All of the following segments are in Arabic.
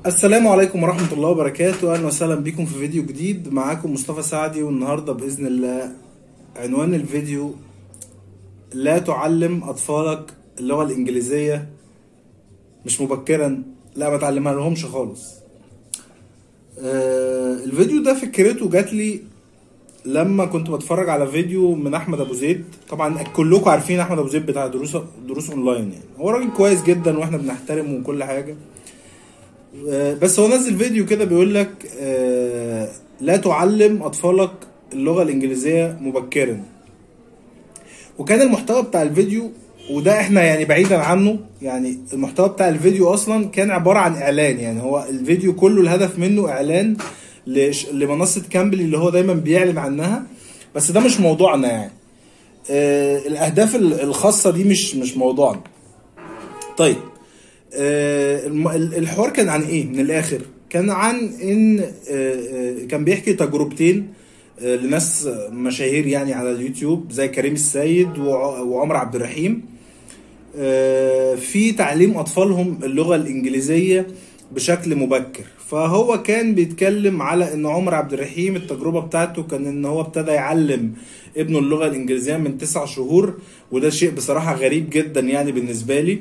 السلام عليكم ورحمة الله وبركاته. أهلا وسهلا بكم في فيديو جديد. معاكم مصطفى سعدي، والنهاردة بإذن الله عنوان الفيديو: لا تعلم أطفالك اللغة الإنجليزية مش مبكرا. لا، ما تعلمها لهمش خالص. الفيديو ده فكرته جات لي لما كنت بتفرج على فيديو من أحمد أبو زيد. طبعا كلكم عارفين أحمد أبو زيد بتاع دروس أونلاين، يعني هو راجل كويس جدا وإحنا بنحترمه وكل حاجة. بس هو نزل فيديو كده بيقول لك لا تعلم اطفالك اللغه الانجليزيه مبكرا. وكان المحتوى بتاع الفيديو، وده احنا يعني بعيدا عنه، يعني المحتوى بتاع الفيديو اصلا كان عباره عن اعلان. يعني هو الفيديو كله الهدف منه اعلان لمنصه كامبلي اللي هو دايما بيعلن عنها. بس ده مش موضوعنا يعني. الاهداف الخاصه دي مش موضوعنا. طيب، الحوار كان عن ايه من الاخر؟ كان عن ان كان بيحكي تجربتين لناس مشاهير يعني على اليوتيوب زي كريم السيد وعمر عبد الرحيم في تعليم اطفالهم اللغة الانجليزية بشكل مبكر. فهو كان بيتكلم على ان عمر عبد الرحيم التجربة بتاعته كان ان هو ابتدى يعلم ابنه اللغة الانجليزية من 9 شهور، وده شيء بصراحة غريب جدا يعني بالنسبة لي.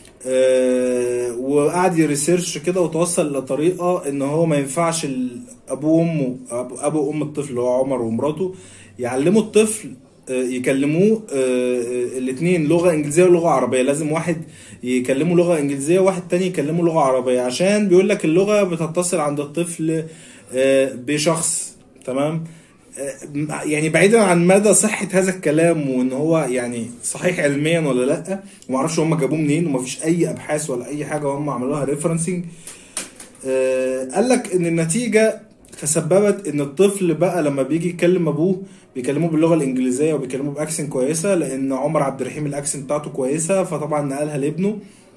وقعد يريسيرش كده وتوصل لطريقه ان هو ما ينفعش ابوه وامه، ابو وام الطفل اللي هو عمر ومراته، يعلموا الطفل يكلموه الاثنين لغه انجليزيه ولغه عربيه. لازم واحد يكلمه لغه انجليزيه وواحد تاني يكلمه لغه عربيه، عشان بيقول لك اللغه بتتصل عند الطفل بشخص. تمام؟ يعني بعيدا عن مدى صحة هذا الكلام وان هو يعني صحيح علميا ولا لا، ومعرفش هم جابوه منين، ومفيش اي ابحاث ولا اي حاجة هم عملوها ريفرنسنج. قال لك ان النتيجة تسببت ان الطفل بقى لما بيجي يكلم ابوه بيكلموه باللغة الانجليزية وبيكلموه باكسن كويسة، لان عمر عبد الرحيم الاكسن بتاعته كويسة، فطبعا نقلها لابنه.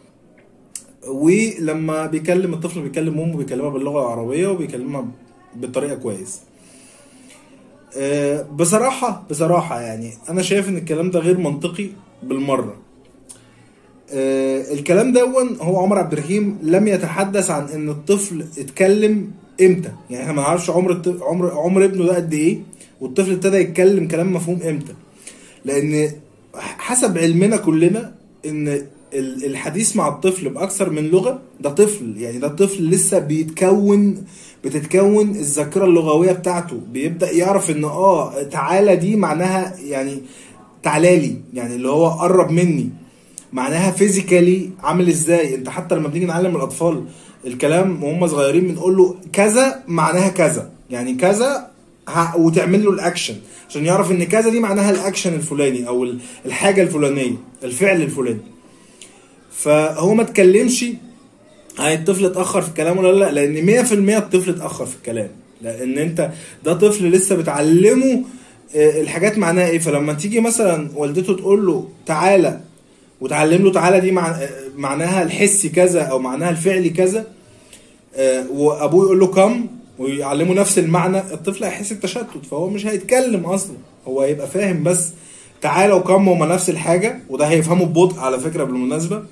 ولما بيكلم الطفل بيكلم امه بيكلمها باللغة العربية وبيكلمها بطريقة كويسة. بصراحة يعني أنا شايف إن الكلام ده غير منطقي بالمرة. الكلام ده هو عمر عبد الرحيم لم يتحدث عن إن الطفل اتكلم إمتى. يعني إحنا ما نعرفش عمر ابنه ده قد إيه، والطفل ابتدى يتكلم كلام مفهوم إمتى. لأن حسب علمنا كلنا إن الحديث مع الطفل بأكثر من لغة ده طفل، يعني ده طفل لسه بتتكون الذاكرة اللغوية بتاعته، بيبدأ يعرف ان تعالى دي معناها يعني تعالالي، يعني اللي هو قرب مني، معناها فيزيكالي عامل ازاي. انت حتى لما بنيجي نعلم الاطفال الكلام وهم صغيرين بنقول له كذا معناها كذا، يعني كذا وتعمل له الاكشن عشان يعرف ان كذا دي معناها الاكشن الفلاني او الحاجة الفلانية، الفعل الفلاني. فهو ما اتكلمش هاي الطفل اتأخر في الكلام ولا لا، لأن 100% الطفل اتأخر في الكلام، لأن أنت ده طفل لسه بتعلمه الحاجات معناها إيه. فلما تيجي مثلا والدته تقول له تعالى وتعلم له تعالى دي معناها الحسي كذا أو معناها الفعلي كذا، وأبوه يقول له كم ويعلمه نفس المعنى، الطفل هيحس التشتت، فهو مش هيتكلم أصلا، هو هيبقى فاهم بس تعالى وكم هما نفس الحاجة، وده هيفهمه ببطء على فكرة بالمناسبة،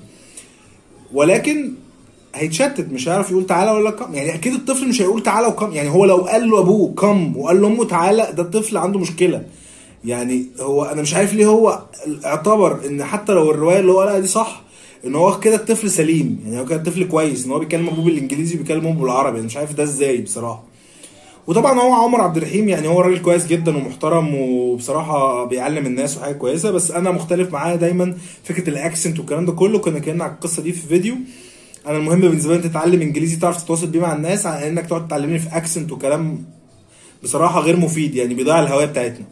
ولكن هيتشتت مش هيعرف يقول تعالى ولا كم. يعني اكيد الطفل مش هيقول تعالى وكم. يعني هو لو قال له ابوه كم وقال له امه تعالى، ده الطفل عنده مشكله. يعني هو انا مش عارف ليه هو اعتبر ان حتى لو الروايه اللي هو قالها دي صح، ان هو كده الطفل سليم، يعني هو كده الطفل كويس ان هو بيكلم ابوه بالانجليزي وبيكلم امه بالعربي. انا مش عارف ده ازاي بصراحه. وطبعا هو عمر عبد الرحيم يعني هو راجل كويس جدا ومحترم وبصراحه بيعلم الناس وحاجه كويسه، بس انا مختلف معاه دايما فكره الاكسنت والكلام ده كله. كنا اتكلمنا على القصه دي في فيديو. انا المهم بالنسبه لي انت تتعلم انجليزي تعرف تتواصل بيه مع الناس، عن انك تقعد تعلمني في اكسنت وكلام بصراحه غير مفيد، يعني بيضيع الهويه بتاعتنا.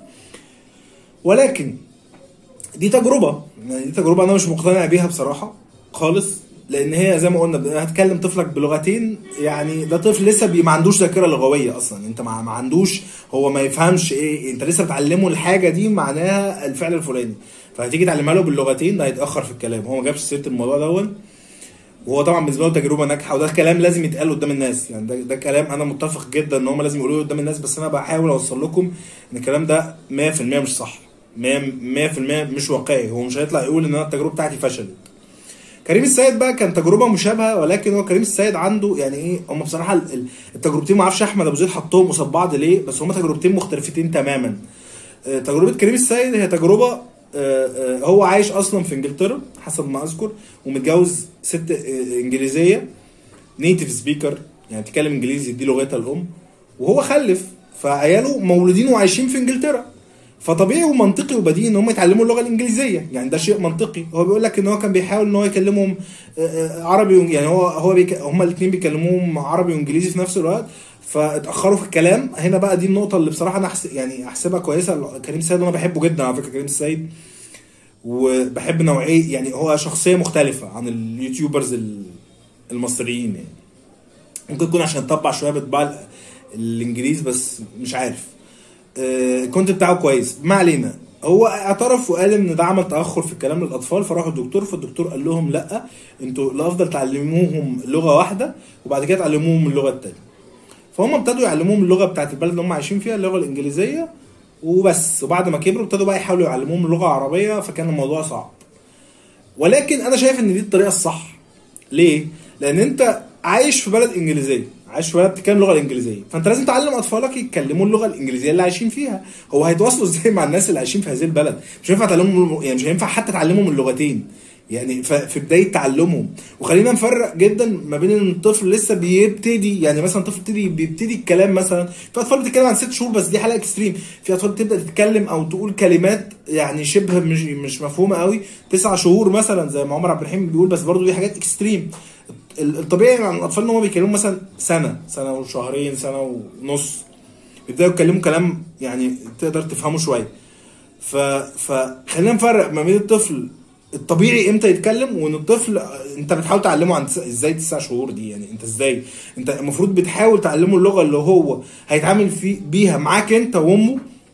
ولكن دي تجربه، يعني دي تجربه انا مش مقتنع بيها بصراحه خالص، لان هي زي ما قلنا هتكلم طفلك بلغتين. يعني ده طفل لسه ما عندوش ذاكره لغويه اصلا، انت ما عندوش، هو ما يفهمش ايه، انت لسه بتعلمه الحاجه دي معناها الفعل الفلاني، فهتيجي تعلمها له باللغتين ده هيتاخر في الكلام. هو ما جابش سيره الموضوع ده، وهو طبعا بالنسبه له تجربه ناجحه، وده كلام لازم يتقال قدام الناس. يعني ده كلام انا متفق جدا ان هم لازم يقولوه قدام الناس، بس انا بحاول اوصل لكم ان الكلام ده 100% مش صح، 100% مش واقعي. هو مش هيطلع يقول ان انا التجربه بتاعتي فشلت. كريم السيد بقى كان تجربه مشابهه، ولكن هو كريم السيد عنده يعني ايه، هم بصراحه التجربتين ما اعرفش احمد ابو زيد حطهم قصاد بعض ليه، بس هم تجربتين مختلفتين تماما. تجربه كريم السيد هي تجربه هو عايش اصلا في انجلترا حسب ما اذكر، ومتجوز ست انجليزيه نيتيف سبيكر، يعني بتتكلم انجليزي دي لغتها الام، وهو خلف، فعياله مولودين وعايشين في انجلترا، فطبيعي ومنطقي وبديهي ان هم يتعلموا اللغه الانجليزيه، يعني ده شيء منطقي. هو بيقول لك ان هو كان بيحاول ان هو يكلمهم عربي، يعني هم الاثنين بيكلموهم عربي وانجليزي في نفس الوقت، فاتاخروا في الكلام. هنا بقى دي النقطه اللي بصراحه انا يعني احسبها كويسه. كريم السيد انا بحبه جدا على فكره، كريم السيد، وبحب نوعيه، يعني هو شخصيه مختلفه عن اليوتيوبرز المصريين، يعني ممكن يكون عشان طبع شويه بطباع الانجليز، بس مش عارف. الكونت بتاعه كويس، ما علينا. هو اعترف وقال ان ده عمل تاخر في الكلام للاطفال، فراحوا الدكتور، فالدكتور قال لهم لا، انتوا الافضل تعلموهم لغه واحده وبعد كده تعلموهم اللغه الثانيه. فهم ابتدوا يعلموهم اللغه بتاعت البلد اللي هم عايشين فيها، اللغه الانجليزيه وبس. وبعد ما كبروا ابتدوا بقى يحاولوا يعلموهم اللغه العربيه، فكان الموضوع صعب. ولكن انا شايف ان دي الطريقه الصح. ليه؟ لان انت عايش في بلد انجليزيه، عايش في بلد بتتكلم اللغه الانجليزيه، فانت لازم تعلم اطفالك يتكلموا اللغه الانجليزيه اللي عايشين فيها. هو هيتواصلوا ازاي مع الناس اللي عايشين في هذه البلد؟ مش هينفع تعلمهم، يعني مش هينفع حتى تعلمهم اللغتين يعني في بدايه تعلمهم. وخلينا نفرق جدا ما بين ان الطفل لسه بيبتدي، يعني مثلا طفل بيبتدي الكلام، مثلا في اطفال بتتكلم عن 6 شهور بس دي حاله اكستريم، في اطفال بتبدا تتكلم او تقول كلمات يعني شبه مش مفهومه قوي 9 شهور مثلا زي ما عمر عبد الرحيم بيقول، بس برضه دي حاجات اكستريم. الطبيعي عن الاطفال ان هم بيتكلموا مثلا سنه وشهرين، سنه ونص، بيبداوا يتكلموا كلام يعني تقدر تفهمه شويه. فخلينا نفرق ما بين الطفل الطبيعي امتى يتكلم، وان الطفل انت بتحاول تعلمه عن ازاي 9 شهور دي، يعني انت ازاي، انت المفروض بتحاول تعلمه اللغه اللي هو هيتعامل بيها معاك انت وامه،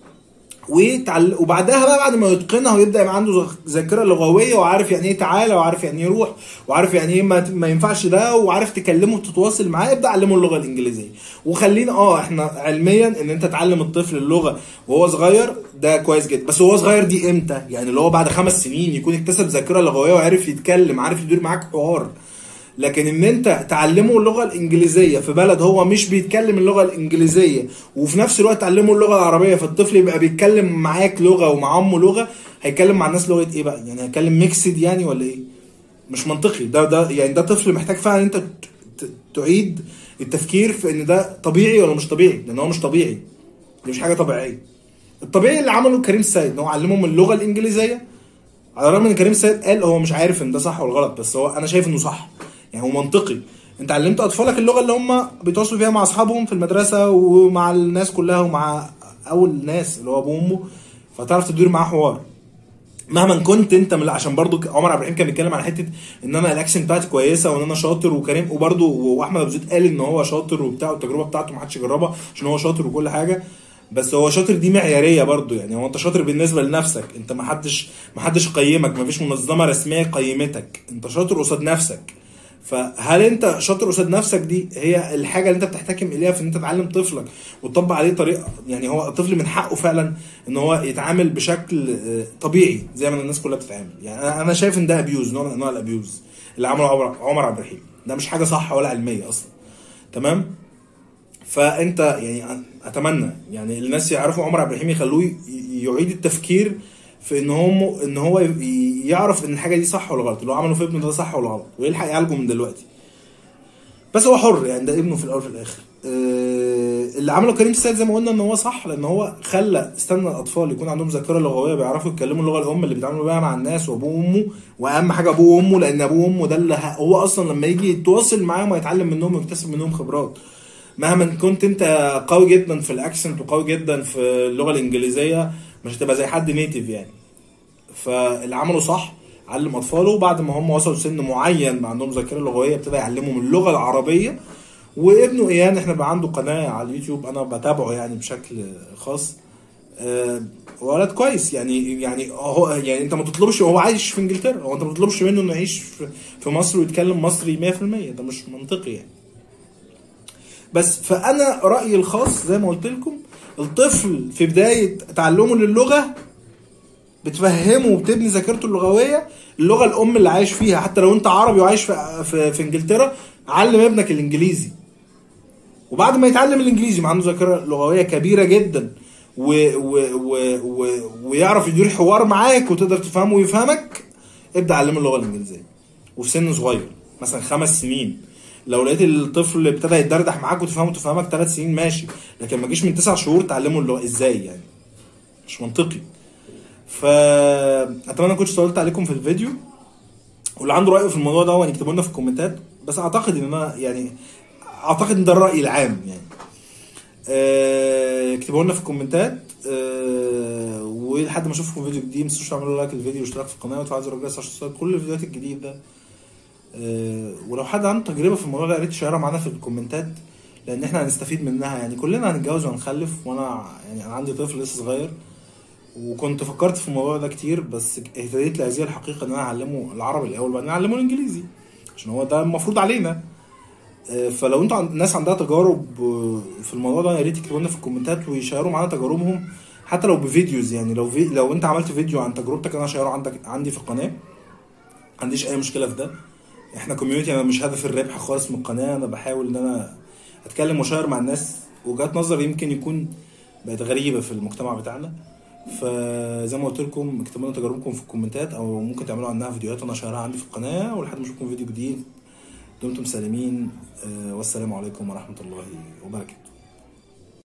وبعدها بقى بعد ما يتقنها ويبدا يبقى عنده ذاكره لغويه، وعارف يعني ايه تعالى، وعارف يعني ايه روح، وعارف يعني ايه ما ينفعش ده، وعارف تكلمه وتتواصل معاه، ابدا علمه اللغه الانجليزيه. وخلينا احنا علميا ان انت تعلم الطفل اللغه وهو صغير ده كويس جدا، بس وهو صغير دي امتى؟ يعني اللي هو بعد 5 سنين يكون اكتسب ذاكره لغويه وعارف يتكلم، عارف يدير معاك حوار. لكن ان انت تعلمه اللغه الانجليزيه في بلد هو مش بيتكلم اللغه الانجليزيه، وفي نفس الوقت تعلمه اللغه العربيه، فالطفل يبقى بيتكلم معاك لغه ومع امه لغه، هيتكلم مع الناس لغه ايه بقى؟ يعني هيتكلم ميكسد يعني ولا ايه؟ مش منطقي. ده يعني ده طفل محتاج فعلا انت تعيد التفكير في ان ده طبيعي ولا مش طبيعي، لان هو مش طبيعي، دي مش حاجه طبيعيه. الطبيعي اللي عمله كريم السيد ان هو علمهم اللغه الانجليزيه، على الرغم ان كريم السيد قال هو مش عارف ان ده صح ولا غلط، بس هو انا شايف انه صح، يعني هو منطقي. انت علمت اطفالك اللغه اللي هم بيتواصلوا فيها مع اصحابهم في المدرسه ومع الناس كلها ومع اول ناس اللي هو ابوه وامه، فتعرف تدير معاه حوار مهما كنت انت عشان برضو عمر عبد الرحيم كان بيتكلم على حته ان انا الاكسنت بتاعتي كويسه وان انا شاطر، وكريم وبرضو واحمد ابو زيد قال ان هو شاطر وبتاع، والتجربه بتاعته ما حدش يجربها عشان هو شاطر وكل حاجه، بس هو شاطر دي معياريه برضو، يعني هو انت شاطر بالنسبه لنفسك، انت ما حدش قيمك، ما فيش منظمه رسميه قيمتك، انت شاطر قصاد نفسك. فهل انت شاطر قصاد نفسك دي هي الحاجه اللي انت بتحتكم اليها في ان انت تعلم طفلك وتطبق عليه طريقه، يعني هو الطفل من حقه فعلا ان هو يتعامل بشكل طبيعي زي ما الناس كلها بتتعامل. يعني انا شايف ان ده ابيوز، نوع من انواع الابيوز اللي عمله عمر عبد الرحيم، ده مش حاجه صح ولا علميه اصلا. تمام. فانت يعني اتمنى يعني الناس يعرفوا عمر عبد الرحيم، يخلوه يعيد التفكير في ان هو يعرف ان الحاجه دي صح ولا غلط، اللي هو عمله في ابنه ده صح ولا غلط، ويلحق يعالجه من دلوقتي. بس هو حر، يعني ده ابنه في الاول وفي الاخر. اللي عمله كريم السيد زي ما قلنا ان هو صح، لان هو خلى استنى الاطفال يكون عندهم ذاكره لغويه، بيعرفوا يتكلموا اللغه الام اللي بيتعاملوا بيها مع الناس وابوه وامه، واهم حاجه ابوه وامه، لان ابوه وامه ده اللي هو اصلا لما يجي يتواصل معاهم ويتعلم منهم ويكتسب منهم خبرات. مهما كنت انت قوي جدا في الاكسنت وقوي جدا في اللغه الانجليزيه، مش هتبقى زي حد نيتيف يعني. فاللي عمله صح، علم اطفاله بعد ما هم وصلوا سن معين ما عندهم ذاكره لغويه ابتدى يعلمهم اللغه العربيه. وابنه ايان احنا بقى عنده قناه على اليوتيوب انا بتابعه يعني بشكل خاص، ولد كويس يعني هو يعني انت ما تطلبش، هو عايش في انجلترا، هو انت ما تطلبش منه انه يعيش في مصر ويتكلم مصري 100%، ده مش منطقي يعني. بس فانا رايي الخاص زي ما قلت لكم، الطفل في بدايه تعلمه للغه بتفهمه وبتبني ذاكرته اللغويه اللغه الام اللي عايش فيها. حتى لو انت عربي وعايش في انجلترا، علم ابنك الانجليزي، وبعد ما يتعلم الانجليزي ما عنده ذاكره لغويه كبيره جدا ويعرف يدير حوار معاك وتقدر تفهمه ويفهمك، ابدا علمه اللغه الانجليزيه وفي سن صغير، مثلا 5 سنين. لو لقيت الطفل اللي ابتدى يتدردح معاك وتفهمه تفهمك 3 سنين ماشي، لكن ما تجيش من 9 شهور تعلمه اللغه ازاي يعني، مش منطقي. فاتمنى كنت طولت عليكم في الفيديو، واللي عنده راي في الموضوع ده يكتبوا لنا في الكومنتات. بس اعتقد ان انا يعني اعتقد ان ده الراي العام يعني. اكتبوا لنا في الكومنتات. ولحد ما اشوفكم فيديو جديد، ما تنسوش تعملوا لايك للفيديو واشتراك في القناه وتفعلوا زر الجرس عشان توصلكم كل الفيديوهات الجديده. ولو حد عنده تجربه في الموضوع ده يا ريت تشيرها معانا في الكومنتات، لان احنا هنستفيد منها يعني. كلنا هنتجوز وهنخلف، وانا يعني انا عندي طفل لسه صغير، وكنت فكرت في الموضوع ده كتير، بس اهتديت لهذه الحقيقه ان انا اعلمه العربي الاول وبعدين اعلمه الانجليزي، عشان هو ده المفروض علينا. فلو انتوا ناس عندها تجارب في الموضوع ده، يا ريت تكتبوا لنا في الكومنتات ويشيروا معانا تجاربهم، حتى لو بفيديوز يعني. لو انت عملت فيديو عن تجربتك انا هشيره عندي في القناه، ما عنديش اي مشكله في ده. احنا كوميونتي، انا مش هدف الربح خالص من القناه، انا بحاول ان انا اتكلم واشير مع الناس وجهات نظر يمكن يكون بقت غريبه في المجتمع بتاعنا. فزي ما قلت لكم اكتبوا لنا تجاربكم في الكومنتات، او ممكن تعملوا عنها فيديوهات وانا اشيرها عندي في القناه. ولحد ما اشوفكم فيديو جديد، دمتم سالمين، والسلام عليكم ورحمه الله وبركاته.